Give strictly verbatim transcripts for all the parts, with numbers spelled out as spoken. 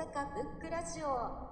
阪ブックラジオ。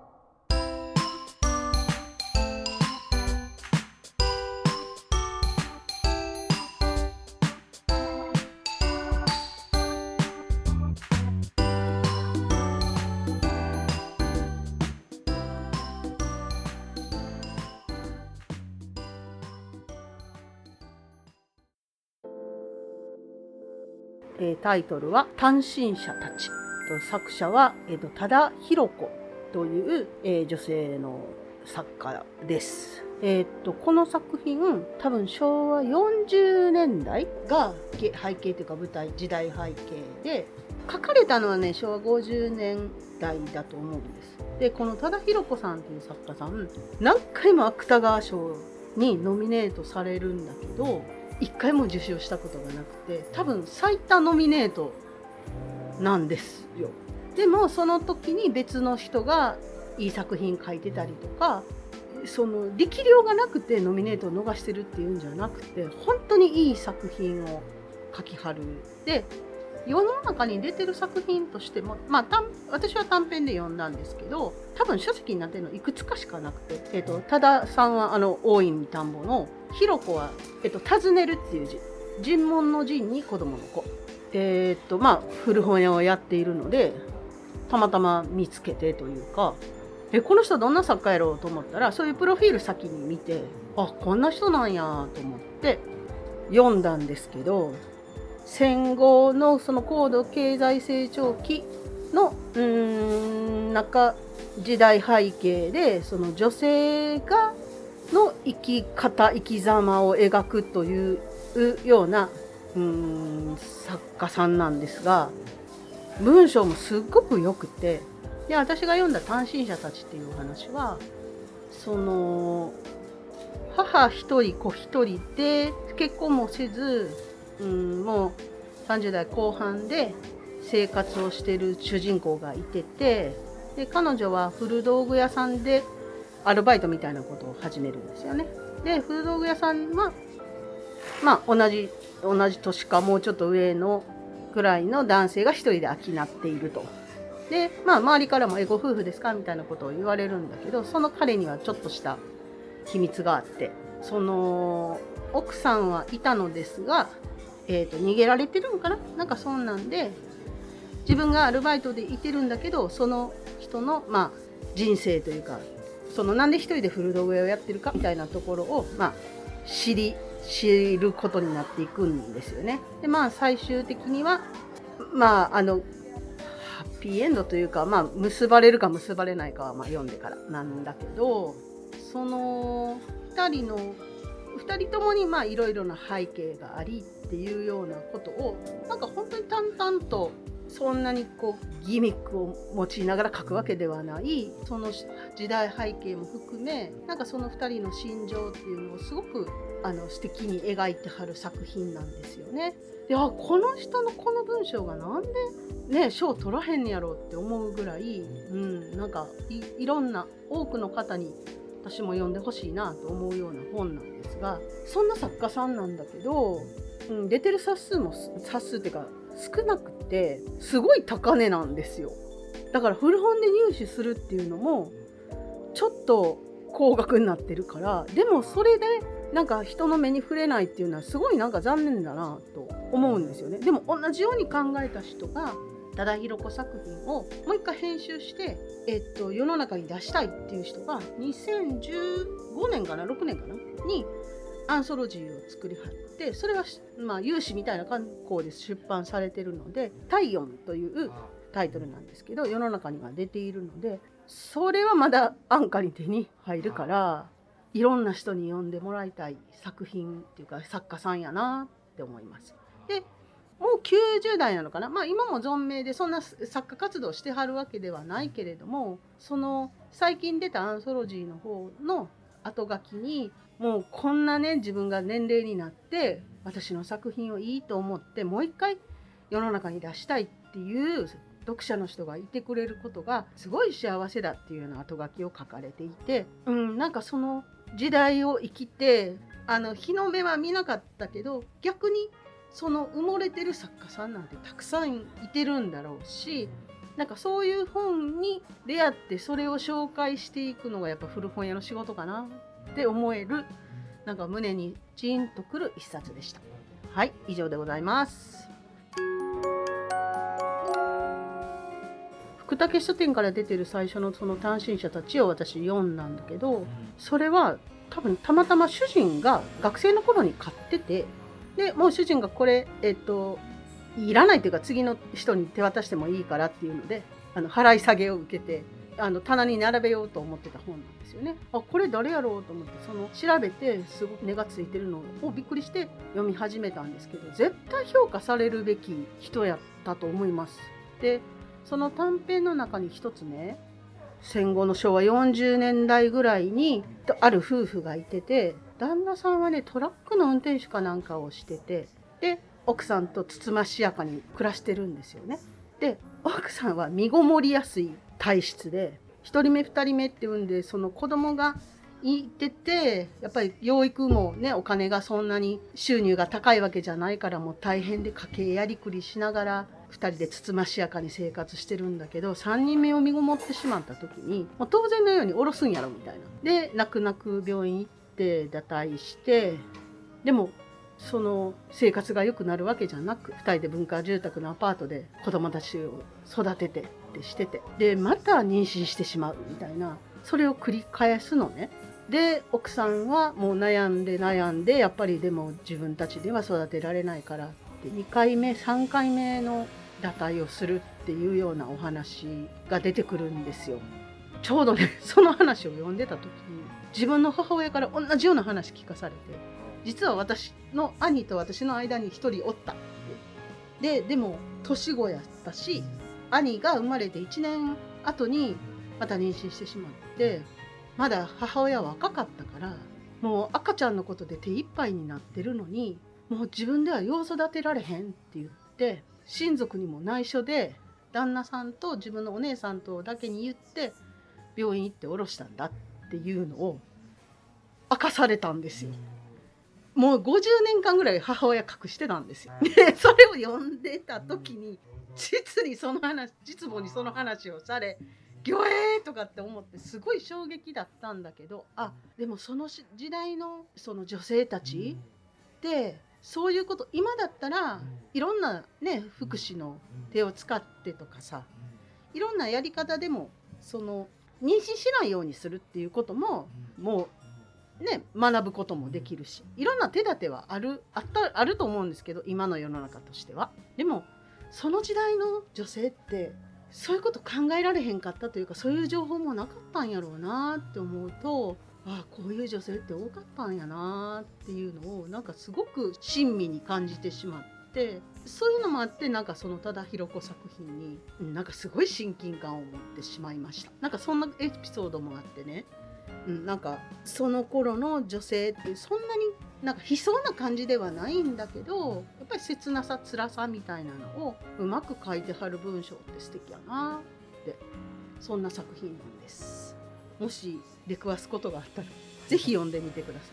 タイトルは単身者たち。作者は多田寛子という女性の作家です。えー、っとこの作品多分しょうわよんじゅうねんだいが背景というか舞台時代背景で、書かれたのはねしょうわごじゅうねんだいだと思うんです。でこの多田寛子さんという作家さん、何回も芥川賞にノミネートされるんだけど一回も受賞したことがなくて、多分最多ノミネートなんですよ。でもその時に別の人がいい作品書いてたりとか、その力量がなくてノミネートを逃してるっていうんじゃなくて、本当にいい作品を書きはる。で世の中に出てる作品としても、まあ、私は短編で読んだんですけど、多分書籍になってるのいくつかしかなくて、えーと、多田さんはあの大いに田んぼの、寛子は、えーと、尋ねるっていう字、尋問の尋に子供の子、えーとまあ、古本屋をやっているのでたまたま見つけてというか、えこの人どんな作家やろうと思ったら、そういうプロフィール先に見て、あこんな人なんやと思って読んだんですけど、戦後のその高度経済成長期のうーん中時代背景で、その女性がの生き方生き様を描くというようなうーん作家さんなんですが、文章もすっごくよくて、で私が読んだ単身者たちっていうお話は、その母一人子一人で結婚もせず、うん、もうさんじゅうだいこう半で生活をしている主人公がいてて、で彼女は古道具屋さんでアルバイトみたいなことを始めるんですよね。で古道具屋さんはまあ同じ同じ年かもうちょっと上のくらいの男性が一人で商っていると。でまあ周りからもえご夫婦ですかみたいなことを言われるんだけど、その彼にはちょっとした秘密があって、その奥さんはいたのですが、えーと逃げられてるのかな、なんかそんなんで自分がアルバイトでいてるんだけど、その人のまあ人生というか、そのなんで一人で古道具屋をやってるかみたいなところをまあ知り知ることになっていくんですよね。でまあ最終的にはまああのハッピーエンドというか、まあ結ばれるか結ばれないかはまあ読んでからなんだけど、そのふたりのふたりともにまあいろいろな背景がありっていうようなことを、なんか本当に淡々と、そんなにこうギミックを用いながら書くわけではない、その時代背景も含め、なんかそのふたりの心情っていうのをすごくあの素敵に描いてはる作品なんですよね。で、あこの人のこの文章がなんでね賞取らへんやろうって思うぐらい、うん、なんか い, いろんな多くの方に私も読んでほしいなと思うような本なんですが、そんな作家さんなんだけど、うん、出てる冊数も冊数っていうか少なくてすごい高値なんですよ。だから古本で入手するっていうのもちょっと高額になってるから、でもそれでなんか人の目に触れないっていうのはすごいなんか残念だなと思うんですよね。でも同じように考えた人が多田寛子作品をもう一回編集して、えっと、世の中に出したいっていう人がにせんじゅうごねんかなろくねんかなにアンソロジーを作りはって、それはまあ有志みたいな格好で出版されてるので、体温というタイトルなんですけど、世の中には出ているので、それはまだ安価に手に入るから、いろんな人に読んでもらいたい作品っていうか作家さんやなって思います。でもうきゅうじゅうだいなのかな、まあ今も存命でそんな作家活動してはるわけではないけれども、その最近出たアンソロジーの方の後書きに、もうこんなね自分が年齢になって私の作品をいいと思ってもう一回世の中に出したいっていう読者の人がいてくれることがすごい幸せだっていうような後書きを書かれていて、うん、なんかその時代を生きてあの日の目は見なかったけど、逆にその埋もれてる作家さんなんてたくさんいてるんだろうし、 なんかそういう本に出会ってそれを紹介していくのがやっぱ古本屋の仕事かなって思える、なんか胸にジーンとくる一冊でした。はい、以上でございます。福武書店から出てる最初のその単身者たちを私読んだんだけど、それは多分たまたま主人が学生の頃に買ってて、でもう主人がこれえっといらないというか次の人に手渡してもいいからっていうので、あの払い下げを受けてあの棚に並べようと思ってた本なんですよね。あ、これ誰やろうと思ってその調べてすごく値がついてるのをびっくりして読み始めたんですけど、絶対評価されるべき人やったと思います。でその短編の中に一つね、戦後のしょうわよんじゅうねんだいぐらいにある夫婦がいてて、旦那さんはねトラックの運転手かなんかをしてて、で奥さんとつつましやかに暮らしてるんですよね。で奥さんは身ごもりやすい体質で、ひとりめふたりめっていうんでその子供がいてて、やっぱり養育もねお金がそんなに収入が高いわけじゃないからもう大変で家計やりくりしながらふたりでつつましやかに生活してるんだけど、さんにんめを身ごもってしまった時にもう当然のように下ろすんやろみたいな。で泣く泣く病院行って堕胎して、でもその生活が良くなるわけじゃなく、ふたりで分家住宅のアパートで子供たちを育ててってしてて、でまた妊娠してしまうみたいな、それを繰り返すのね。で奥さんはもう悩んで悩んで、やっぱりでも自分たちでは育てられないからってにかいめさんかいめの堕胎をするっていうようなお話が出てくるんですよ。ちょうどねその話を読んでた時に自分の母親から同じような話聞かされて、実は私の兄と私の間に一人おったって。ででも年子やったし、兄が生まれていちねんごとにまた妊娠してしまって、まだ母親は若かったからもう赤ちゃんのことで手一杯になってるのに、もう自分ではよう育てられへんって言って、親族にも内緒で旦那さんと自分のお姉さんとだけに言って病院行って下ろしたんだっていうのを明かされたんですよ。もうごじゅうねんかんぐらい母親隠してたんですよ。でそれを読んでた時に実にその話実母にその話をされ、ギョエーとかって思ってすごい衝撃だったんだけど、あでもその時代のその女性たちってそういうこと、今だったらいろんなね福祉の手を使ってとかさ、いろんなやり方でもその妊娠しないようにするっていうことももうね学ぶこともできるし、いろんな手立てはあるあったあると思うんですけど、今の世の中としては。でもその時代の女性ってそういうこと考えられへんかったというか、そういう情報もなかったんやろうなって思うと、ああこういう女性って多かったんやなっていうのをなんかすごく親身に感じてしまって、そういうのもあってなんかその忠弘子作品になんかすごい親近感を持ってしまいました。なんかそんなエピソードもあってね、うん、なんかその頃の女性ってそんなになんか悲壮な感じではないんだけど、やっぱり切なさ辛さみたいなのをうまく書いてはる文章って素敵やなって、そんな作品なんです。もし出くわすことがあったらぜひ読んでみてください。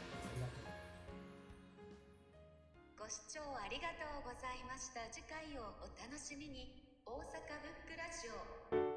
ご視聴ありがとうございました。次回をお楽しみに。大阪ブックラジオ。